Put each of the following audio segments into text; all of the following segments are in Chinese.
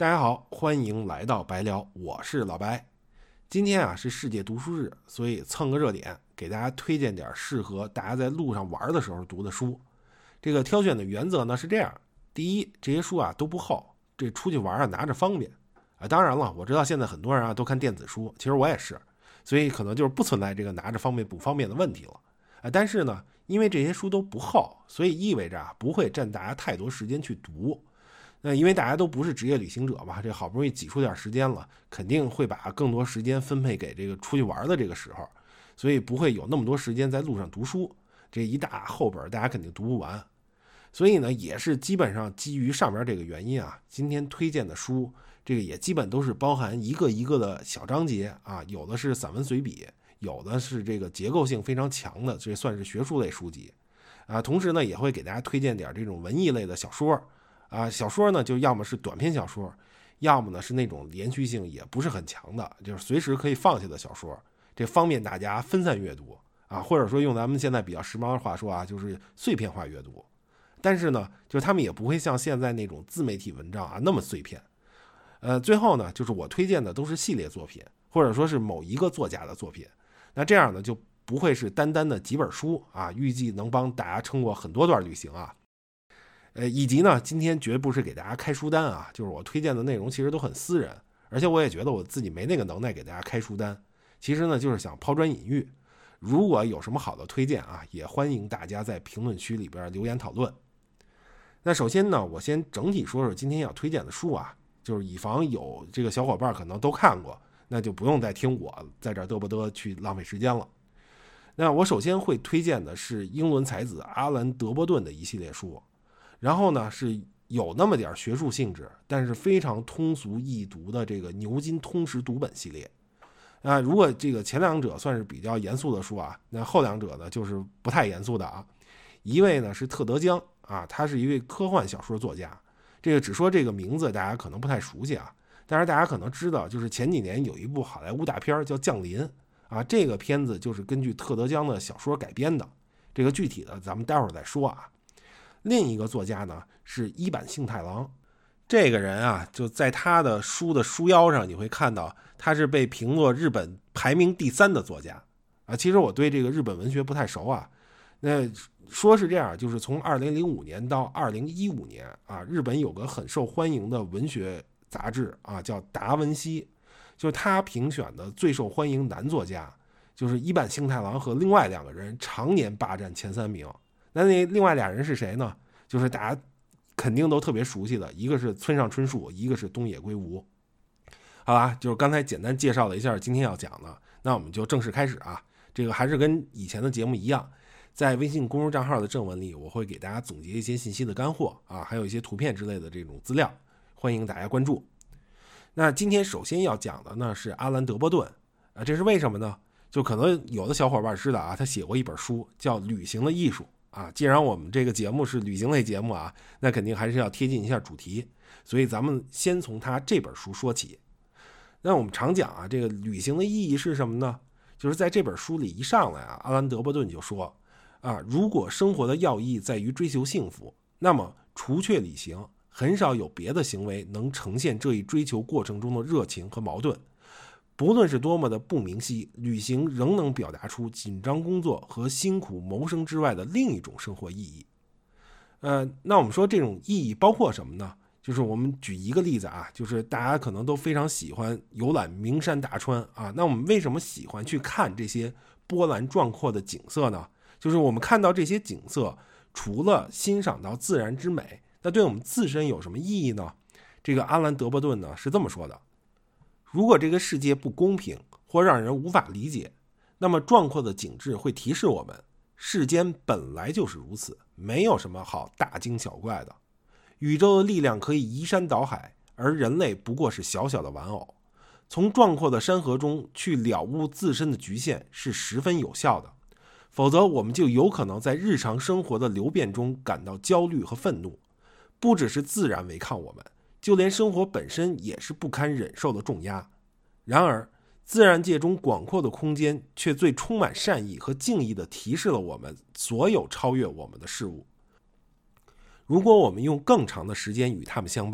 大家好，欢迎来到白聊，我是老白。今天啊是世界读书日，所以蹭个热点，给大家推荐点适合大家在路上玩的时候读的书。这个挑选的原则呢是这样：第一，这些书啊都不厚，这出去玩啊拿着方便啊。当然了，我知道现在很多人啊都看电子书，其实我也是，所以可能就是不存在这个拿着方便不方便的问题了啊。但是呢，因为这些书都不厚，所以意味着啊不会占大家太多时间去读。那因为大家都不是职业旅行者嘛，这好不容易挤出点时间了，肯定会把更多时间分配给这个出去玩的这个时候，所以不会有那么多时间在路上读书。这一大厚本大家肯定读不完，所以呢，也是基本上基于上面这个原因啊，今天推荐的书，这个也基本都是包含一个一个的小章节啊，有的是散文随笔，有的是这个结构性非常强的，这算是学术类书籍啊。同时呢，也会给大家推荐点这种文艺类的小说。小说呢，就要么是短篇小说，要么呢是那种连续性也不是很强的，就是随时可以放下的小说，这方便大家分散阅读啊，或者说用咱们现在比较时髦的话说啊，就是碎片化阅读。但是呢，就是他们也不会像现在那种自媒体文章啊那么碎片。最后呢，就是我推荐的都是系列作品，或者说是某一个作家的作品。那这样呢，就不会是单单的几本书啊，预计能帮大家撑过很多段旅行啊。以及呢，今天绝不是给大家开书单啊，就是我推荐的内容其实都很私人，而且我也觉得我自己没那个能耐给大家开书单。其实呢，就是想抛砖引玉。如果有什么好的推荐啊，也欢迎大家在评论区里边留言讨论。那首先呢，我先整体说说今天要推荐的书啊，就是以防有这个小伙伴可能都看过，那就不用再听我在这儿嘚不嘚去浪费时间了。那我首先会推荐的是英伦才子阿兰·德伯顿的一系列书。然后呢，是有那么点学术性质，但是非常通俗易读的这个牛津通识读本系列。如果这个前两者算是比较严肃的书啊，那后两者呢就是不太严肃的啊。一位呢是特德·江啊，他是一位科幻小说作家。这个只说这个名字，大家可能不太熟悉啊，但是大家可能知道，就是前几年有一部好莱坞大片叫《降临》啊，这个片子就是根据特德·江的小说改编的。这个具体的咱们待会儿再说啊。另一个作家呢是伊坂幸太郎，这个人啊，就在他的书的书腰上你会看到，他是被评作日本排名第3的作家啊。其实我对这个日本文学不太熟啊，那说是这样，就是从2005年到2015年啊，日本有个很受欢迎的文学杂志啊，叫达文西，就是他评选的最受欢迎男作家，就是伊坂幸太郎和另外2个人常年霸占前3名。那另外2人是谁呢？就是大家肯定都特别熟悉的，一个是村上春树，一个是东野圭吾。好吧，就是刚才简单介绍了一下今天要讲的，那我们就正式开始啊。这个还是跟以前的节目一样，在微信公众账号的正文里，我会给大家总结一些信息的干货啊，还有一些图片之类的这种资料，欢迎大家关注。那今天首先要讲的呢是阿兰·德伯顿啊，这是为什么呢？就可能有的小伙伴知道啊，他写过一本书叫《旅行的艺术》。既然我们这个节目是旅行类节目啊，那肯定还是要贴近一下主题，所以咱们先从他这本书说起。那我们常讲啊，这个旅行的意义是什么呢？就是在这本书里一上来啊，阿兰·德伯顿就说如果生活的要义在于追求幸福，那么除却旅行，很少有别的行为能呈现这一追求过程中的热情和矛盾。不论是多么的不明晰，旅行仍能表达出紧张工作和辛苦谋生之外的另一种生活意义。那我们说这种意义包括什么呢？就是我们举一个例子啊，就是大家可能都非常喜欢游览名山大川啊，那我们为什么喜欢去看这些波澜壮阔的景色呢？就是我们看到这些景色，除了欣赏到自然之美，那对我们自身有什么意义呢？这个阿兰·德伯顿呢是这么说的：如果这个世界不公平或让人无法理解，那么壮阔的景致会提示我们，世间本来就是如此，没有什么好大惊小怪的。宇宙的力量可以移山倒海，而人类不过是小小的玩偶。从壮阔的山河中去了悟自身的局限是十分有效的，否则我们就有可能在日常生活的流变中感到焦虑和愤怒。不只是自然违抗我们，就连生活本身也是不堪忍受的重压。然而自然界中广阔的空间却最充满善意和敬意地提示了我们所有超越我们的事物。如果我们用更长的时间与它们相伴，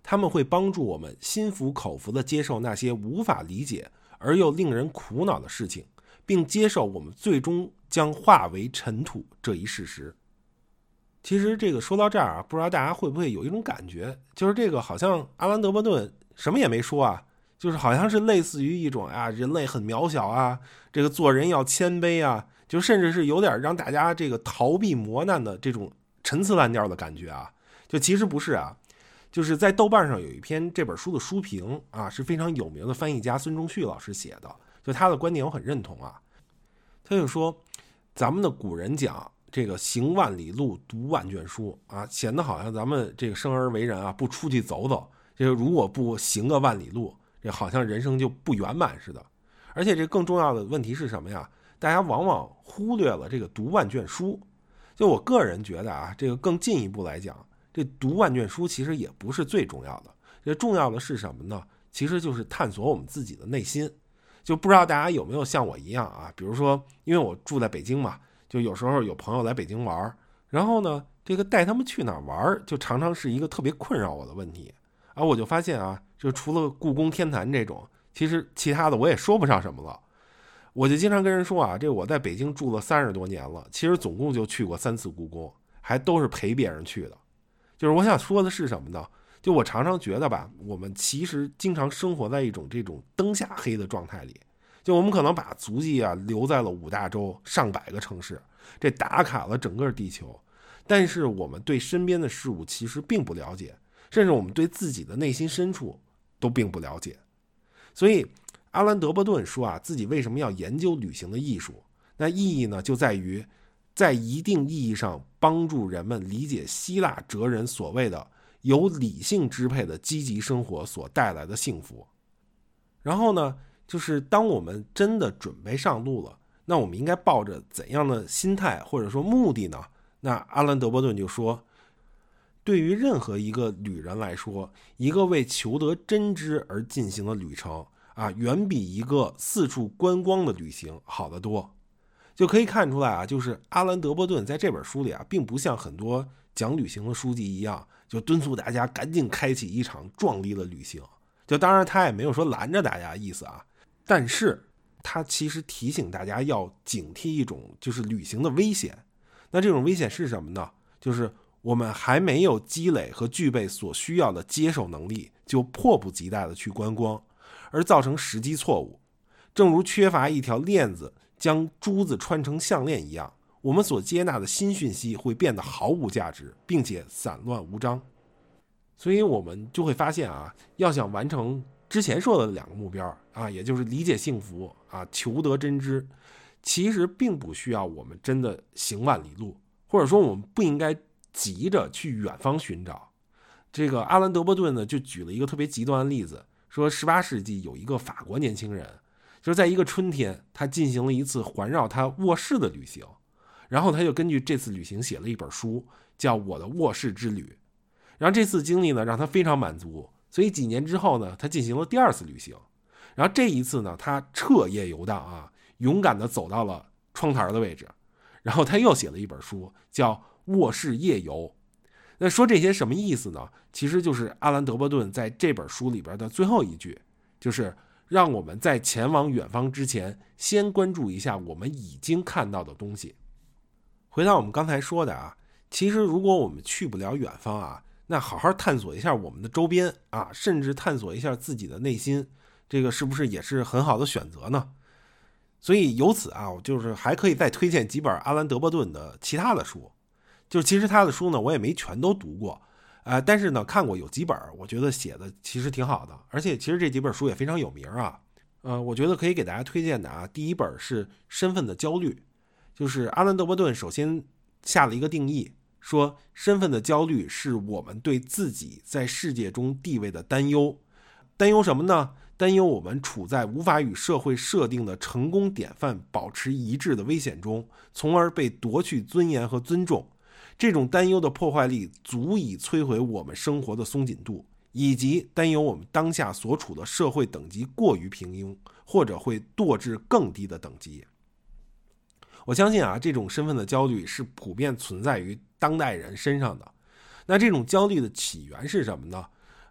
他们会帮助我们心服口服地接受那些无法理解而又令人苦恼的事情，并接受我们最终将化为尘土这一事实。其实这个说到这儿啊，不知道大家会不会有一种感觉，就是这个好像阿兰·德伯顿什么也没说啊，就是好像是类似于一种人类很渺小啊，这个做人要谦卑啊，就甚至是有点让大家这个逃避磨难的这种陈词滥调的感觉啊。就其实不是啊，就是在豆瓣上有一篇这本书的书评啊，是非常有名的翻译家孙仲旭老师写的，就他的观点我很认同啊。他就说，咱们的古人讲这个行万里路，读万卷书啊，显得好像咱们这个生而为人啊，不出去走走，这个如果不行个万里路，这好像人生就不圆满似的。而且这更重要的问题是什么呀？大家往往忽略了这个读万卷书。就我个人觉得啊，这个更进一步来讲，这读万卷书其实也不是最重要的。这重要的是什么呢？其实就是探索我们自己的内心。就不知道大家有没有像我一样啊？比如说，因为我住在北京嘛，就有时候有朋友来北京玩，然后呢，这个带他们去哪儿玩，就常常是一个特别困扰我的问题。我就发现啊，就除了故宫、天坛这种，其实其他的我也说不上什么了。我就经常跟人说啊，这我在北京住了30多年了，其实总共就去过3次故宫，还都是陪别人去的。就是我想说的是什么呢？就我常常觉得吧，我们其实经常生活在一种这种灯下黑的状态里。就我们可能把足迹啊留在了5大洲上百个城市，这打卡了整个地球，但是我们对身边的事物其实并不了解，甚至我们对自己的内心深处都并不了解。所以阿兰·德伯顿说啊，自己为什么要研究旅行的艺术？那意义呢，就在于在一定意义上帮助人们理解希腊哲人所谓的由理性支配的积极生活所带来的幸福。然后呢，就是当我们真的准备上路了，那我们应该抱着怎样的心态或者说目的呢？那阿兰·德伯顿就说，对于任何一个旅人来说，一个为求得真知而进行的旅程啊，远比一个四处观光的旅行好得多。就可以看出来啊，就是阿兰·德伯顿在这本书里啊，并不像很多讲旅行的书籍一样，就敦促大家赶紧开启一场壮丽的旅行。就当然他也没有说拦着大家意思啊，但是他其实提醒大家要警惕一种就是旅行的危险。那这种危险是什么呢？就是我们还没有积累和具备所需要的接受能力，就迫不及待的去观光，而造成时机错误。正如缺乏一条链子将珠子穿成项链一样，我们所接纳的新讯息会变得毫无价值，并且散乱无章。所以我们就会发现啊，要想完成之前说的2个目标啊，也就是理解幸福啊，求得真知，其实并不需要我们真的行万里路，或者说我们不应该急着去远方寻找。这个阿兰·德伯顿呢，就举了一个特别极端的例子，说18世纪有一个法国年轻人，就是在一个春天，他进行了一次环绕他卧室的旅行，然后他就根据这次旅行写了一本书，叫《我的卧室之旅》。然后这次经历呢，让他非常满足，所以几年之后呢，他进行了第2次旅行。然后这一次呢，他彻夜游荡啊，勇敢地走到了窗台的位置，然后他又写了一本书，叫《卧室夜游》。那说这些什么意思呢？其实就是阿兰·德伯顿在这本书里边的最后一句，就是让我们在前往远方之前，先关注一下我们已经看到的东西。回到我们刚才说的啊，其实如果我们去不了远方啊，那好好探索一下我们的周边啊，甚至探索一下自己的内心，这个是不是也是很好的选择呢？所以由此啊，我就是还可以再推荐几本阿兰·德伯顿的其他的书。就是其实他的书呢，我也没全都读过，但是呢，看过有几本，我觉得写的其实挺好的，而且其实这几本书也非常有名啊。我觉得可以给大家推荐的啊，第一本是《身份的焦虑》，就是阿兰·德伯顿首先下了一个定义，说身份的焦虑是我们对自己在世界中地位的担忧。担忧什么呢？担忧我们处在无法与社会设定的成功典范保持一致的危险中，从而被夺去尊严和尊重。这种担忧的破坏力足以摧毁我们生活的松紧度，以及担忧我们当下所处的社会等级过于平庸，或者会堕至更低的等级。我相信啊，这种身份的焦虑是普遍存在于当代人身上的。那这种焦虑的起源是什么呢？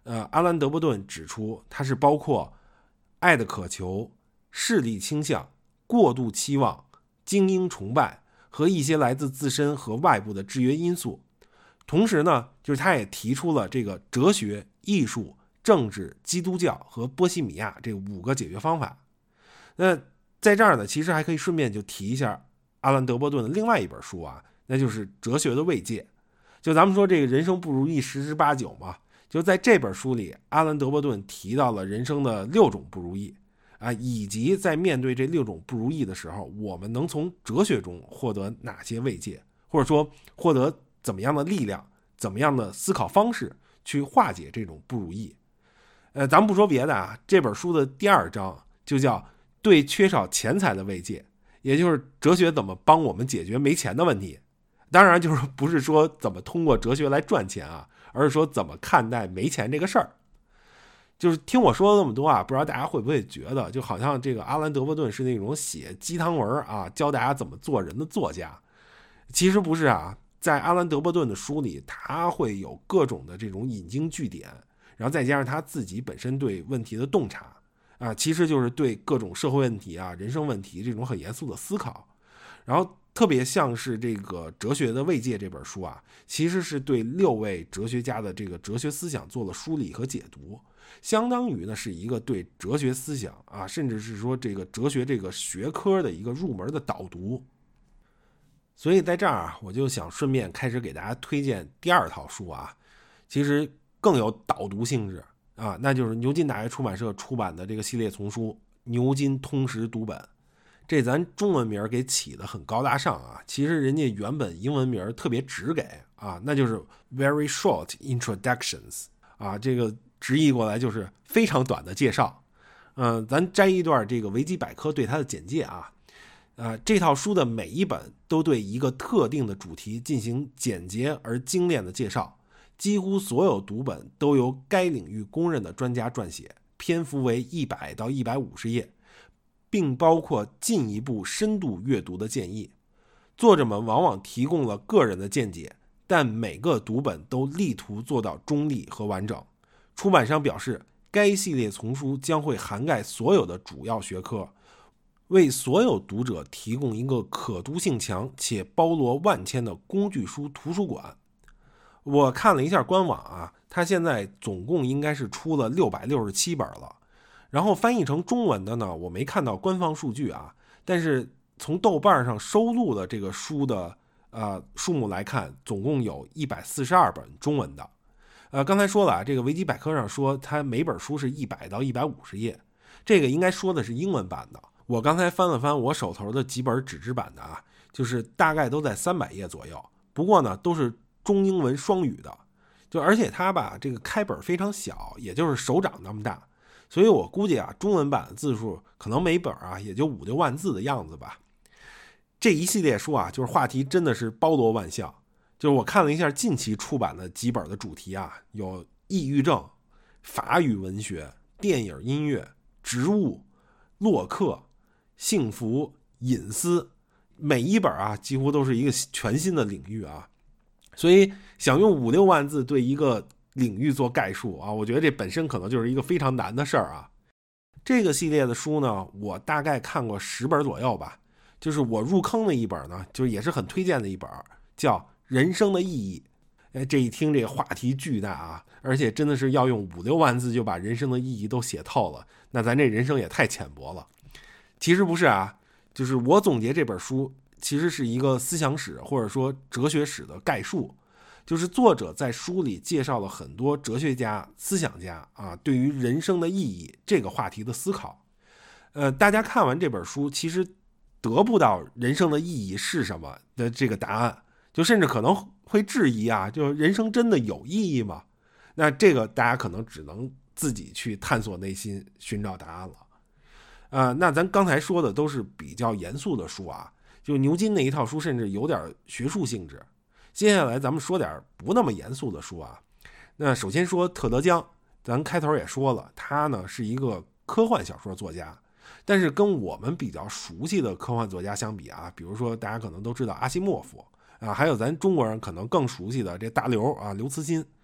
阿兰·德伯顿指出，它是包括爱的渴求、势力倾向、过度期望、精英崇拜和一些来自自身和外部的制约因素。同时呢，就是他也提出了这个哲学、艺术、政治、基督教和波西米亚这5个解决方法。那在这儿呢，其实还可以顺便就提一下阿兰·德伯顿的另外一本书啊，那就是《哲学的慰藉》。就咱们说这个人生不如意十之八九嘛，就在这本书里，阿兰·德伯顿提到了人生的6种不如意啊，以及在面对这6种不如意的时候，我们能从哲学中获得哪些慰藉，或者说获得怎么样的力量，怎么样的思考方式去化解这种不如意。咱们不说别的啊，这本书的第2章就叫对缺少钱财的慰藉，也就是哲学怎么帮我们解决没钱的问题。当然就是不是说怎么通过哲学来赚钱啊，而是说怎么看待没钱这个事儿。就是听我说了那么多啊，不知道大家会不会觉得就好像这个阿兰·德伯顿是那种写鸡汤文啊，教大家怎么做人的作家。其实不是啊，在阿兰·德伯顿的书里，他会有各种的这种引经据典，然后再加上他自己本身对问题的洞察啊，其实就是对各种社会问题啊、人生问题这种很严肃的思考。然后特别像是这个《哲学的慰藉》这本书啊，其实是对6位哲学家的这个哲学思想做了梳理和解读，相当于呢是一个对哲学思想啊，甚至是说这个哲学这个学科的一个入门的导读。所以在这儿啊，我就想顺便开始给大家推荐第2套书啊，其实更有导读性质啊，那就是牛津大学出版社出版的这个系列丛书《牛津通识读本》。这咱中文名给起的很高大上啊，其实人家原本英文名特别直给啊，那就是 Very Short Introductions 啊，这个直译过来就是非常短的介绍。咱摘一段这个维基百科对它的简介啊。这套书的每一本都对一个特定的主题进行简洁而精炼的介绍，几乎所有读本都由该领域公认的专家撰写，篇幅为100到150页，并包括进一步深度阅读的建议。作者们往往提供了个人的见解，但每个读本都力图做到中立和完整。出版商表示，该系列丛书将会涵盖所有的主要学科，为所有读者提供一个可读性强且包罗万千的工具书图书馆。我看了一下官网啊，它现在总共应该是出了667本了。然后翻译成中文的呢，我没看到官方数据啊，但是从豆瓣上收录的这个书的数目来看，总共有142本中文的。刚才说了啊，这个维基百科上说它每本书是100到150页，这个应该说的是英文版的。我刚才翻了翻我手头的几本纸质版的啊，就是大概都在300页左右，不过呢都是中英文双语的，而且它吧这个开本非常小，也就是手掌那么大。所以我估计啊，中文版的字数可能每本啊也就5-6万字的样子吧。这一系列书啊，就是话题真的是包罗万象。就是我看了一下近期出版的几本的主题啊，有抑郁症、法语文学、电影音乐、植物、洛克、幸福、隐私，每一本啊几乎都是一个全新的领域啊。所以想用5-6万字对一个领域做概述啊，我觉得这本身可能就是一个非常难的事儿啊。这个系列的书呢，我大概看过10本左右吧。就是我入坑的一本呢，就是也是很推荐的一本，叫《人生的意义》。这一听这个话题巨大啊，而且真的是要用5-6万字就把人生的意义都写透了，那咱这人生也太浅薄了。其实不是啊，就是我总结这本书其实是一个思想史或者说哲学史的概述。就是作者在书里介绍了很多哲学家、思想家啊对于人生的意义这个话题的思考。大家看完这本书，其实得不到人生的意义是什么的这个答案，就甚至可能会质疑啊，就人生真的有意义吗？那这个大家可能只能自己去探索内心，寻找答案了。那咱刚才说的都是比较严肃的书啊，就牛津那一套书甚至有点学术性质。接下来咱们说点不那么严肃的书啊。那首先说特德·江，咱开头也说了，他呢是一个科幻小说作家，但是跟我们比较熟悉的科幻作家相比啊，比如说大家可能都知道阿西莫夫啊，还有咱中国人可能更熟悉的这大刘啊，刘慈欣，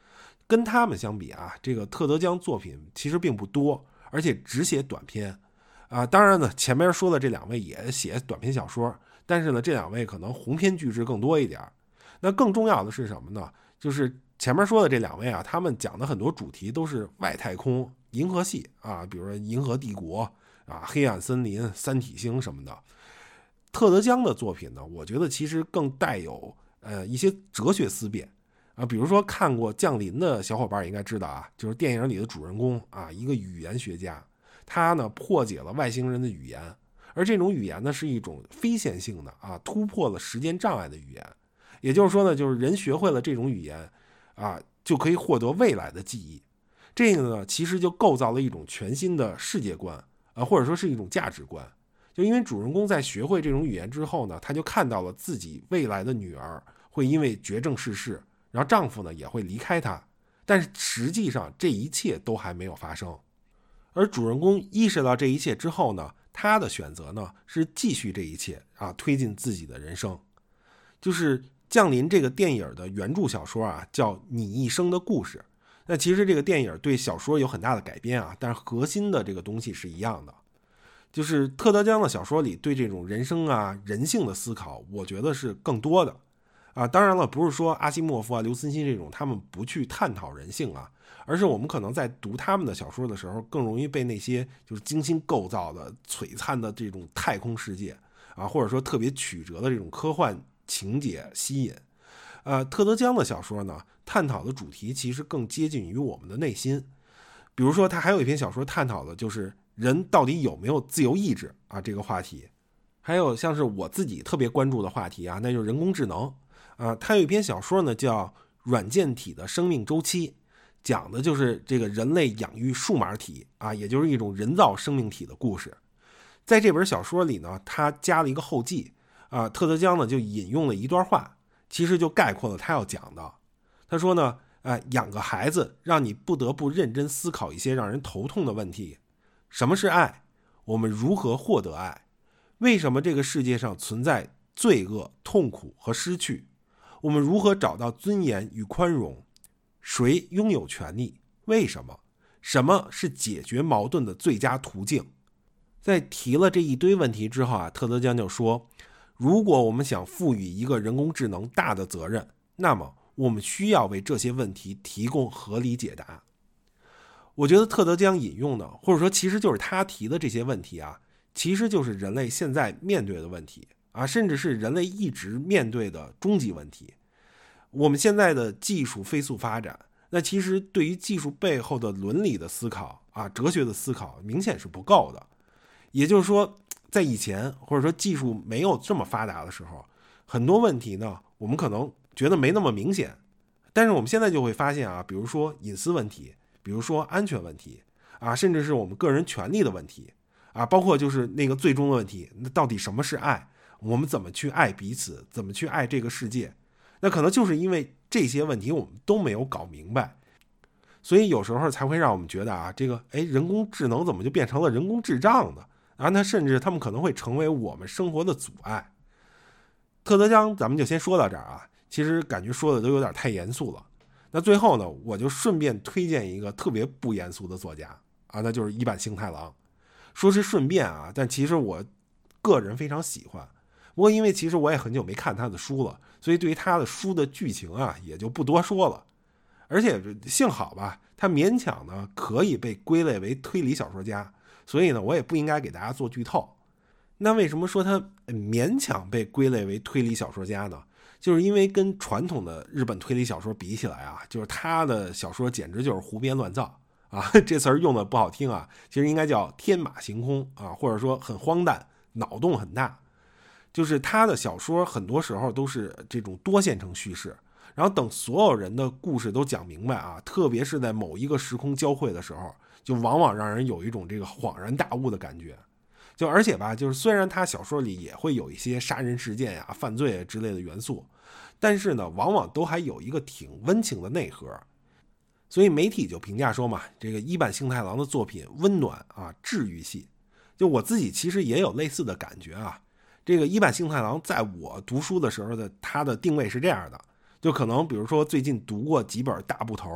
跟他们相比啊，这个特德·江作品其实并不多，而且只写短篇啊。当然呢，前面说的这两位也写短篇小说，但是呢，这两位可能鸿篇巨制更多一点。那更重要的是什么呢？就是前面说的这两位啊，他们讲的很多主题都是外太空、银河系啊，比如说银河帝国啊、黑暗森林、三体星什么的。特德·江的作品呢，我觉得其实更带有一些哲学思辨啊，比如说看过《降临》的小伙伴应该知道啊，就是电影里的主人公啊，一个语言学家，他呢破解了外星人的语言，而这种语言呢是一种非线性的啊，突破了时间障碍的语言。也就是说呢，就是人学会了这种语言啊，就可以获得未来的记忆。这个呢，其实就构造了一种全新的世界观啊，或者说是一种价值观。就因为主人公在学会这种语言之后呢，他就看到了自己未来的女儿会因为绝症逝世，然后丈夫呢也会离开她，但是实际上这一切都还没有发生。而主人公意识到这一切之后呢，他的选择呢是继续这一切啊，推进自己的人生。就是《降临》这个电影的原著小说啊，叫《你一生的故事》。那其实这个电影对小说有很大的改编啊，但是核心的这个东西是一样的。就是特德·江的小说里对这种人生啊、人性的思考，我觉得是更多的啊。当然了，不是说阿西莫夫啊、刘慈欣这种他们不去探讨人性啊，而是我们可能在读他们的小说的时候，更容易被那些就是精心构造的璀璨的这种太空世界啊，或者说特别曲折的这种科幻情节吸引。特德·江的小说呢，探讨的主题其实更接近于我们的内心。比如说，他还有一篇小说探讨的就是人到底有没有自由意志啊这个话题。还有像是我自己特别关注的话题啊，那就是人工智能啊。他有一篇小说呢叫《软件体的生命周期》，讲的就是这个人类养育数码体啊，也就是一种人造生命体的故事。在这本小说里呢，他加了一个后记啊，特德·江呢就引用了一段话，其实就概括了他要讲的。他说呢，养个孩子让你不得不认真思考一些让人头痛的问题。什么是爱？我们如何获得爱？为什么这个世界上存在罪恶、痛苦和失去？我们如何找到尊严与宽容？谁拥有权利？为什么？什么是解决矛盾的最佳途径？在提了这一堆问题之后啊，特德·江就说，如果我们想赋予一个人工智能大的责任，那么我们需要为这些问题提供合理解答。我觉得特德·江引用的，或者说其实就是他提的这些问题啊，其实就是人类现在面对的问题啊，甚至是人类一直面对的终极问题。我们现在的技术飞速发展，那其实对于技术背后的伦理的思考啊、哲学的思考，明显是不够的。也就是说，在以前或者说技术没有这么发达的时候，很多问题呢，我们可能觉得没那么明显，但是我们现在就会发现啊，比如说隐私问题，比如说安全问题啊，甚至是我们个人权利的问题啊，包括就是那个最终的问题，那到底什么是爱？我们怎么去爱彼此？怎么去爱这个世界？那可能就是因为这些问题我们都没有搞明白，所以有时候才会让我们觉得啊，这个人工智能怎么就变成了人工智障呢？啊，那甚至他们可能会成为我们生活的阻碍。特德·江咱们就先说到这儿啊，其实感觉说的都有点太严肃了。那最后呢，我就顺便推荐一个特别不严肃的作家啊，那就是伊坂幸太郎。说是顺便啊，但其实我个人非常喜欢。不过因为其实我也很久没看他的书了，所以对于他的书的剧情啊，也就不多说了。而且幸好吧，他勉强呢可以被归类为推理小说家，所以呢我也不应该给大家做剧透。那为什么说他勉强被归类为推理小说家呢？就是因为跟传统的日本推理小说比起来啊，就是他的小说简直就是胡编乱造啊，这词儿用的不好听啊，其实应该叫天马行空啊，或者说很荒诞，脑洞很大。就是他的小说很多时候都是这种多线程叙事，然后等所有人的故事都讲明白啊，特别是在某一个时空交汇的时候，就往往让人有一种这个恍然大悟的感觉。就而且吧，就是虽然他小说里也会有一些杀人事件呀、犯罪之类的元素，但是呢，往往都还有一个挺温情的内核。所以媒体就评价说嘛，这个伊坂幸太郎的作品温暖啊，治愈系。就我自己其实也有类似的感觉啊。这个伊坂幸太郎在我读书的时候的他的定位是这样的，就可能比如说最近读过几本大部头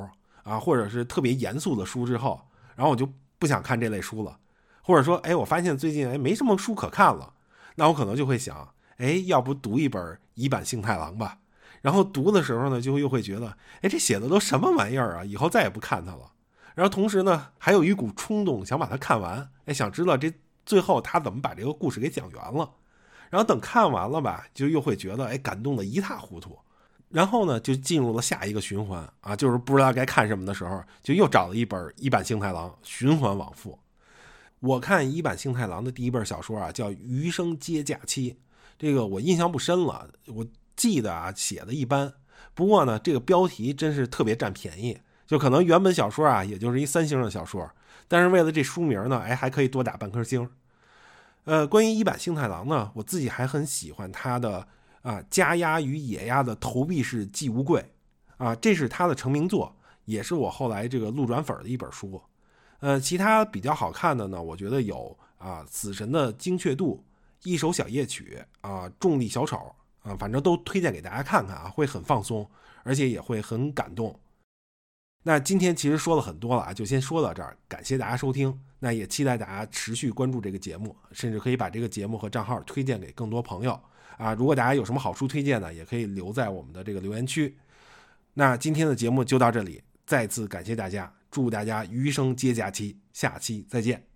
啊，或者是特别严肃的书之后，然后我就不想看这类书了，或者说我发现最近没什么书可看了，那我可能就会想要不读一本乙坂幸太郎吧。然后读的时候呢，就又会觉得这写的都什么玩意儿啊，以后再也不看它了。然后同时呢，还有一股冲动想把它看完，想知道这最后他怎么把这个故事给讲圆了。然后等看完了吧，就又会觉得感动的一塌糊涂。然后呢，就进入了下一个循环啊，就是不知道该看什么的时候，就又找了一本乙坂幸太郎，循环往复。我看乙坂幸太郎的第一本小说啊，叫《余生皆假期》，这个我印象不深了，我记得啊写的一般。不过呢，这个标题真是特别占便宜，就可能原本小说啊也就是一3星的小说，但是为了这书名呢，还可以多打半颗星。关于乙坂幸太郎呢，我自己还很喜欢他的家鸭与野鸭的投币式寄物柜啊，这是他的成名作，也是我后来这个路转粉的一本书。其他比较好看的呢，我觉得有死神的精确度、一首小夜曲重力小丑反正都推荐给大家看看会很放松，而且也会很感动。那今天其实说了很多了就先说到这儿，感谢大家收听。那也期待大家持续关注这个节目，甚至可以把这个节目和账号推荐给更多朋友如果大家有什么好书推荐呢，也可以留在我们的这个留言区。那今天的节目就到这里，再次感谢大家，祝大家余生皆假期，下期再见。